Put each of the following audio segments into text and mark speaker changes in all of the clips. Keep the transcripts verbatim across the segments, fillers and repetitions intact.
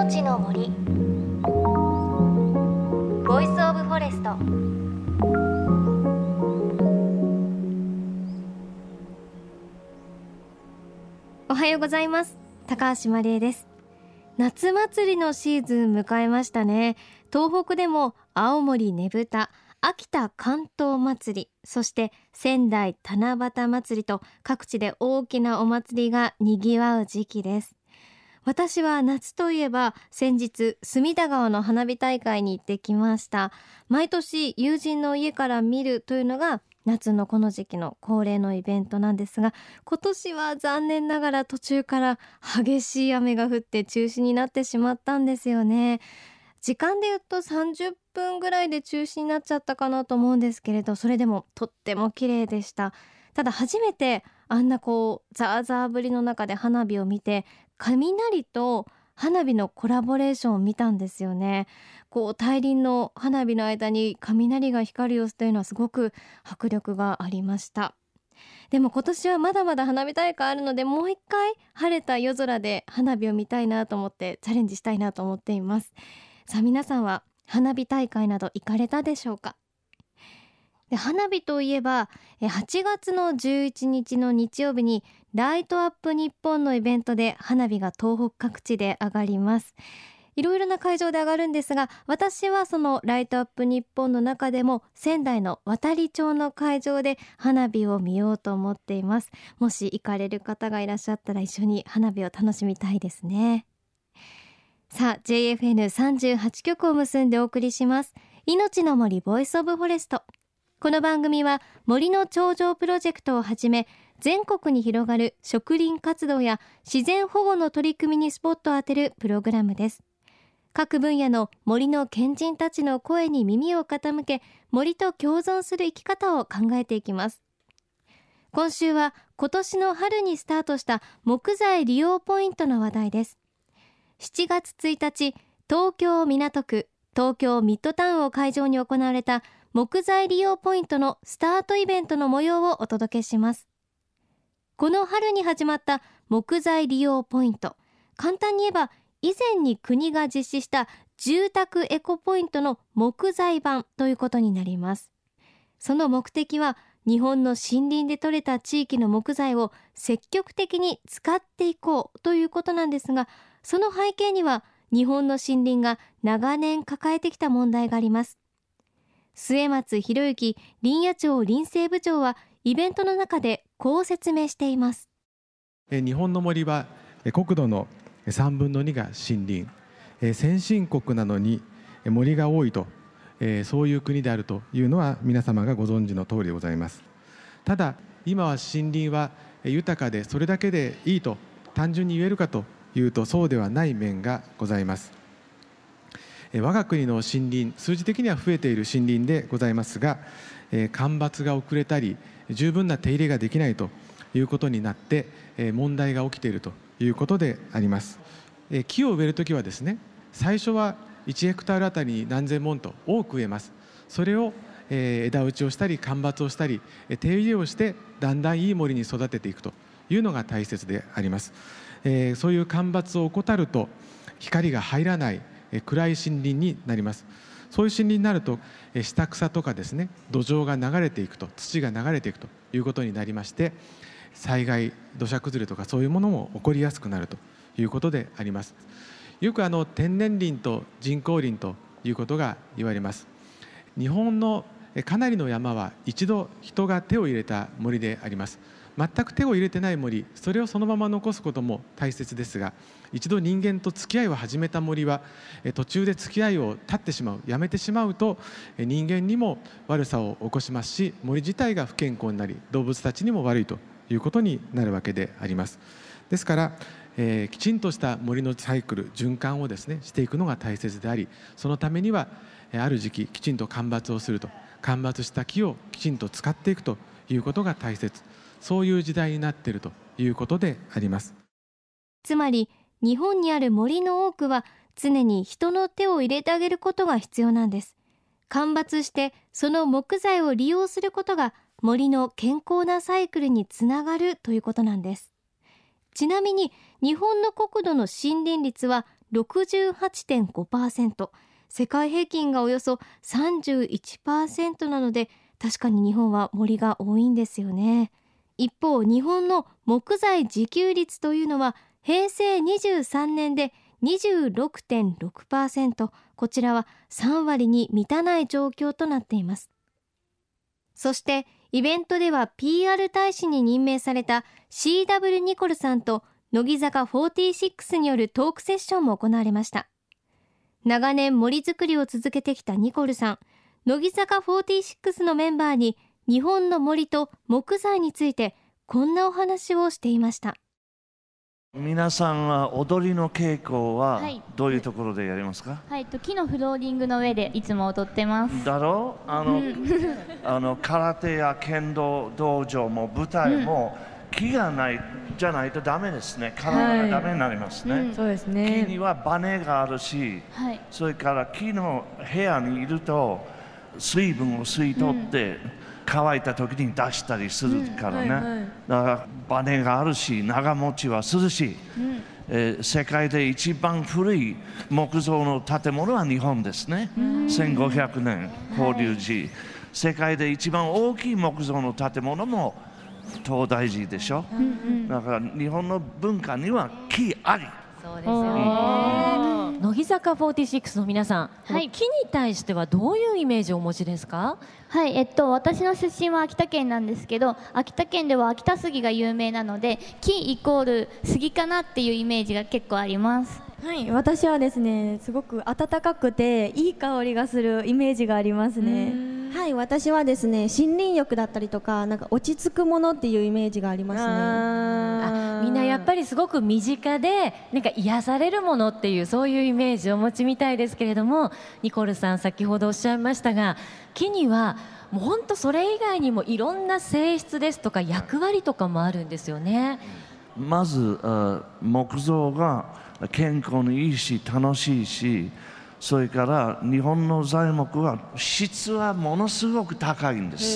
Speaker 1: 命の森ボイスオブフォレスト。おはようございます。高橋真理恵です。夏祭りのシーズン迎えましたね。東北でも青森ねぶた、秋田関東祭り、そして仙台七夕祭りと各地で大きなお祭りがにぎわう時期です。私は夏といえば先日隅田川の花火大会に行ってきました。毎年友人の家から見るというのが夏のこの時期の恒例のイベントなんですが、今年は残念ながら途中から激しい雨が降って中止になってしまったんですよね。時間で言うとさんじゅっぷんぐらいで中止になっちゃったかなと思うんですけれど、それでもとっても綺麗でした。ただ初めてあんなこうザーザー降りの中で花火を見て、雷と花火のコラボレーションを見たんですよね。こう大輪の花火の間に雷が光る様子というのはすごく迫力がありました。でも今年はまだまだ花火大会あるので、もう一回晴れた夜空で花火を見たいなと思ってチャレンジしたいなと思っています。さあ皆さんは花火大会など行かれたでしょうか。で花火といえばはちがつのじゅういちにちの日曜日にライトアップ日本のイベントで花火が東北各地で上がります。いろいろな会場で上がるんですが、私はそのライトアップ日本の中でも仙台の渡町の会場で花火を見ようと思っています。もし行かれる方がいらっしゃったら一緒に花火を楽しみたいですね。さあ ジェイエフエヌさんじゅうはち 局を結んでお送りします命の森ボイスオブフォレスト。この番組は森の頂上プロジェクトをはじめ、全国に広がる植林活動や自然保護の取り組みにスポットを当てるプログラムです。各分野の森の賢人たちの声に耳を傾け、森と共存する生き方を考えていきます。今週は今年の春にスタートした木材利用ポイントの話題です。しちがつついたち、東京港区、東京ミッドタウンを会場に行われた木材利用ポイントのスタートイベントの模様をお届けします。この春に始まった木材利用ポイント、簡単に言えば以前に国が実施した住宅エコポイントの木材版ということになります。その目的は日本の森林で採れた地域の木材を積極的に使っていこうということなんですが、その背景には日本の森林が長年抱えてきた問題があります。末松博之林野庁林政部長はイベントの中でこう説明しています。
Speaker 2: 日本の森は国土のさんぶんのにが森林、先進国なのに森が多いと、そういう国であるというのは皆様がご存知の通りでございます。ただ今は森林は豊かでそれだけでいいと単純に言えるかというとそうではない面がございます。我が国の森林、数字的には増えている森林でございますが、間伐が遅れたり十分な手入れができないということになって問題が起きているということであります。木を植えるときはですね、最初はいちヘクタールあたりに何千本と多く植えます。それを枝打ちをしたり間伐をしたり手入れをしてだんだんいい森に育てていくというのが大切であります。そういう間伐を怠ると光が入らない暗い森林になります。そういう森林になると下草とかですね、土壌が流れていくと、土が流れていくということになりまして、災害、土砂崩れとかそういうものも起こりやすくなるということであります。よくあの天然林と人工林ということが言われます。日本のかなりの山は一度人が手を入れた森であります。全く手を入れてない森、それをそのまま残すことも大切ですが、一度人間と付き合いを始めた森は途中で付き合いを絶ってしまう、やめてしまうと人間にも悪さを起こしますし、森自体が不健康になり動物たちにも悪いということになるわけであります。ですから、えー、きちんとした森のサイクル、循環をですねしていくのが大切であり、そのためにはある時期きちんと間伐をすると、間伐した木をきちんと使っていくということが大切、そういう時代になっているということであります。
Speaker 1: つまり日本にある森の多くは常に人の手を入れてあげることが必要なんです。間伐してその木材を利用することが森の健康なサイクルにつながるということなんです。ちなみに日本の国土の森林率はろくじゅうはちてんごパーセント、 世界平均がおよそ さんじゅういちパーセント なので、確かに日本は森が多いんですよね。一方、日本の木材自給率というのは平成にじゅうさんねんで にじゅうろくてんろくパーセント、 こちらはさんわりに満たない状況となっています。そしてイベントでは ピーアール 大使に任命された シーダブリュー ニコルさんと乃木坂フォーティーシックスによるトークセッションも行われました。長年森づくりを続けてきたニコルさん、乃木坂フォーティーシックスのメンバーに日本の森と木材についてこんなお話をしていました。
Speaker 3: 皆さんは踊りの稽古はどういうところでやりますか？
Speaker 4: はい、と木のフローリングの上でいつも踊ってます。
Speaker 3: だろう、あのあの空手や剣道道場も舞台も、うん、木がないじゃないとダメですね。体がダメになりますね、はいうん、
Speaker 5: そうですね。
Speaker 3: 木にはバネがあるし、はい、それから木の部屋にいると水分を吸い取って、うん乾いた時に出したりするからね、うんはいはい、だからバネがあるし長持ちはするし、うんえー、世界で一番古い木造の建物は日本ですね、うん、せんごひゃくねん法隆寺、はい、世界で一番大きい木造の建物も東大寺でしょ、うんうん、だから日本の文化には木あり。
Speaker 5: そうですよね、うん、乃木坂フォーティーシックスの皆さん、はい、木に対してはどういうイメージをお持ちですか？
Speaker 4: はい、えっと、私の出身は秋田県なんですけど、秋田県では秋田杉が有名なので木イコール杉かなっていうイメージが結構あります。
Speaker 6: はい、私はですねすごく暖かくていい香りがするイメージがありますね。
Speaker 7: はい、私はですね森林浴だったりとかなんか落ち着くものっていうイメージがありますね。
Speaker 5: ああみんなやっぱりすごく身近でなんか癒されるものっていうそういうイメージをお持ちみたいですけれども、ニコルさん先ほどおっしゃいましたが木にはもう本当それ以外にもいろんな性質ですとか役割とかもあるんですよね。
Speaker 3: まず木造が健康にいいし楽しいし、それから日本の材木は質はものすごく高いんです。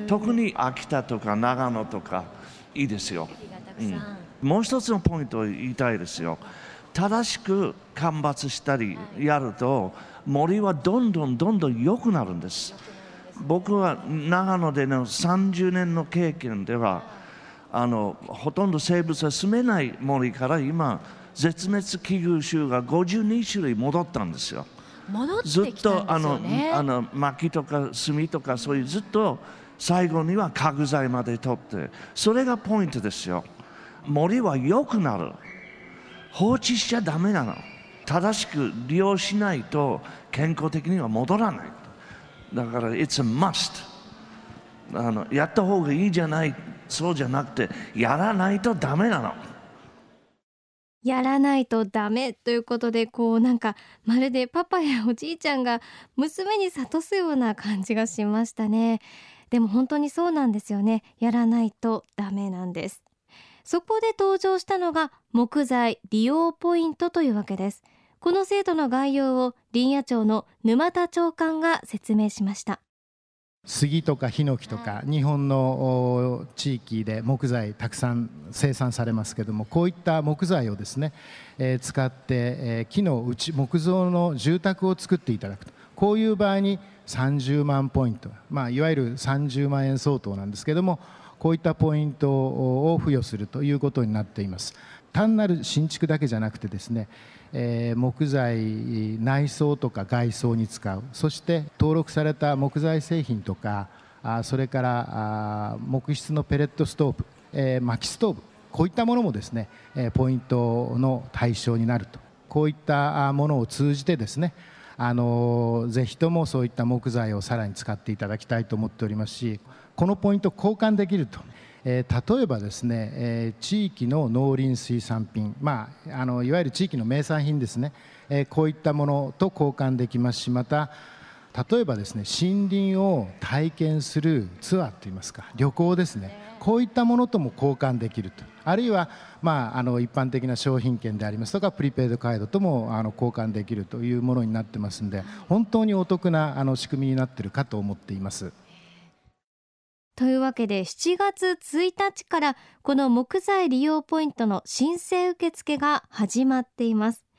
Speaker 3: 特に秋田とか長野とかいいですよ、うん、もう一つのポイントを言いたいですよ。正しく間伐したりやると森はどんどんどんどん良くなるんです。僕は長野でのさんじゅうねんの経験ではあのほとんど生物は住めない森から今絶滅危惧種がごじゅうにしゅるい戻ったんですよ。
Speaker 5: 戻ってきたんですよね。ずっとあの
Speaker 3: あの薪とか炭とかそういうずっと最後には家具材まで取って、それがポイントですよ。森は良くなる。放置しちゃダメなの。正しく利用しないと健康的には戻らない。だから It's a must。 あのやった方がいいじゃない、そうじゃなくてやらないとダメなの。
Speaker 1: やらないとダメということで、こうなんかまるでパパやおじいちゃんが娘に諭すような感じがしましたね。でも本当にそうなんですよね。やらないとダメなんです。そこで登場したのが木材利用ポイントというわけです。この制度の概要を林野庁の沼田長官が説明しました。
Speaker 8: 杉とかヒノキとか日本の地域で木材たくさん生産されますけども、こういった木材をですね、えー、使って、えー、木のうち木造の住宅を作っていただくと、こういう場合にさんじゅうまんポイント、まあ、いわゆるさんじゅうまんえん相当なんですけども、こういったポイントを付与するということになっています。単なる新築だけじゃなくてですね、えー、木材内装とか外装に使う、そして登録された木材製品とか、あそれからあ木質のペレットストーブ、えー、薪ストーブ、こういったものもですね、えー、ポイントの対象になると。こういったものを通じてですね、あのぜひともそういった木材をさらに使っていただきたいと思っておりますし、このポイント交換できると、えー、例えばですね、えー、地域の農林水産品、まあ、あのいわゆる地域の名産品ですね、えー、こういったものと交換できますし、また例えばですね、森林を体験するツアーといいますか旅行ですね、こういったものとも交換できると、あるいは、まあ、あの一般的な商品券でありますとかプリペイドカードともあの交換できるというものになってますので、本当にお得なあの仕組みになっているかと思っています。
Speaker 1: というわけでしちがつついたちからこの木材利用ポイントの申請受付が始まっています。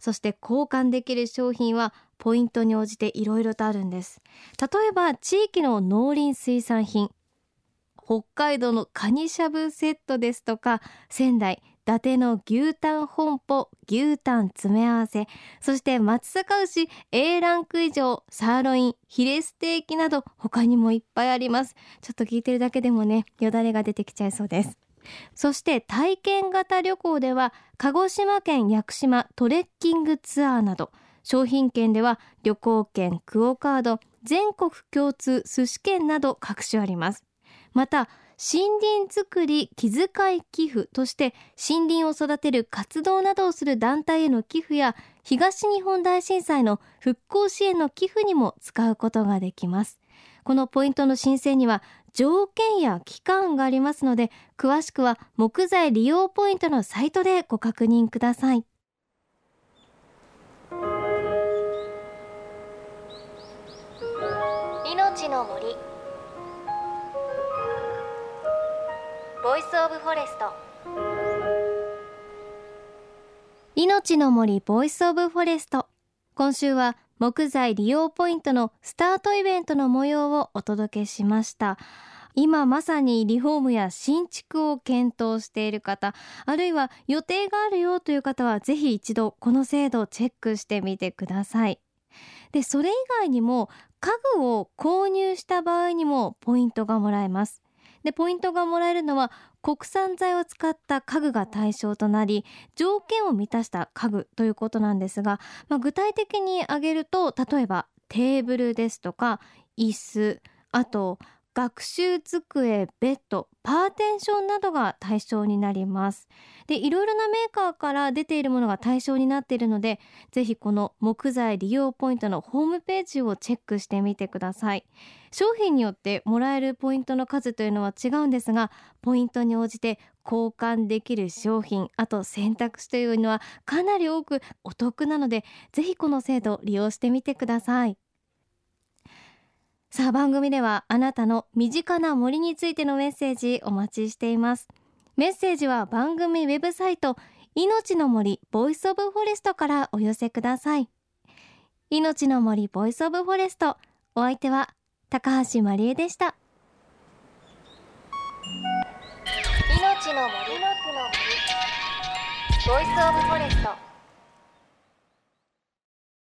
Speaker 1: そして交換できる商品はポイントに応じていろいろとあるんです。例えば地域の農林水産品、北海道のカニしゃぶセットですとか、仙台伊達の牛タン本舗牛タン詰め合わせ、そして松阪牛 A ランク以上サーロインヒレステーキなど他にもいっぱいあります。ちょっと聞いてるだけでもね、よだれが出てきちゃいそうです。そして体験型旅行では鹿児島県屋久島トレッキングツアーなど、商品券では旅行券、クオカード、全国共通寿司券など各種あります。また森林づくり気遣い寄付として森林を育てる活動などをする団体への寄付や、東日本大震災の復興支援の寄付にも使うことができます。このポイントの申請には条件や期間がありますので、詳しくは木材利用ポイントのサイトでご確認ください。命の森ボイスオブフォレスト。命の森ボイスオブフォレスト、今週は木材利用ポイントのスタートイベントの模様をお届けしました。今まさにリフォームや新築を検討している方、あるいは予定があるよという方はぜひ一度この制度をチェックしてみてください。で、それ以外にも家具を購入した場合にもポイントがもらえます。で、ポイントがもらえるのは国産材を使った家具が対象となり、条件を満たした家具ということなんですが、まあ、具体的に挙げると、例えばテーブルですとか椅子、あと学習机、ベッド、パーテンションなどが対象になります。で、いろいろなメーカーから出ているものが対象になっているので、ぜひこの木材利用ポイントのホームページをチェックしてみてください。商品によってもらえるポイントの数というのは違うんですが、ポイントに応じて交換できる商品、あと選択肢というのはかなり多くお得なので、ぜひこの制度を利用してみてください。さあ、番組ではあなたの身近な森についてのメッセージお待ちしています。メッセージは番組ウェブサイト命の森ボイスオブフォレストからお寄せください。命の森ボイスオブフォレスト、お相手は高橋まりえでした。命の森ボイスオブフォレスト。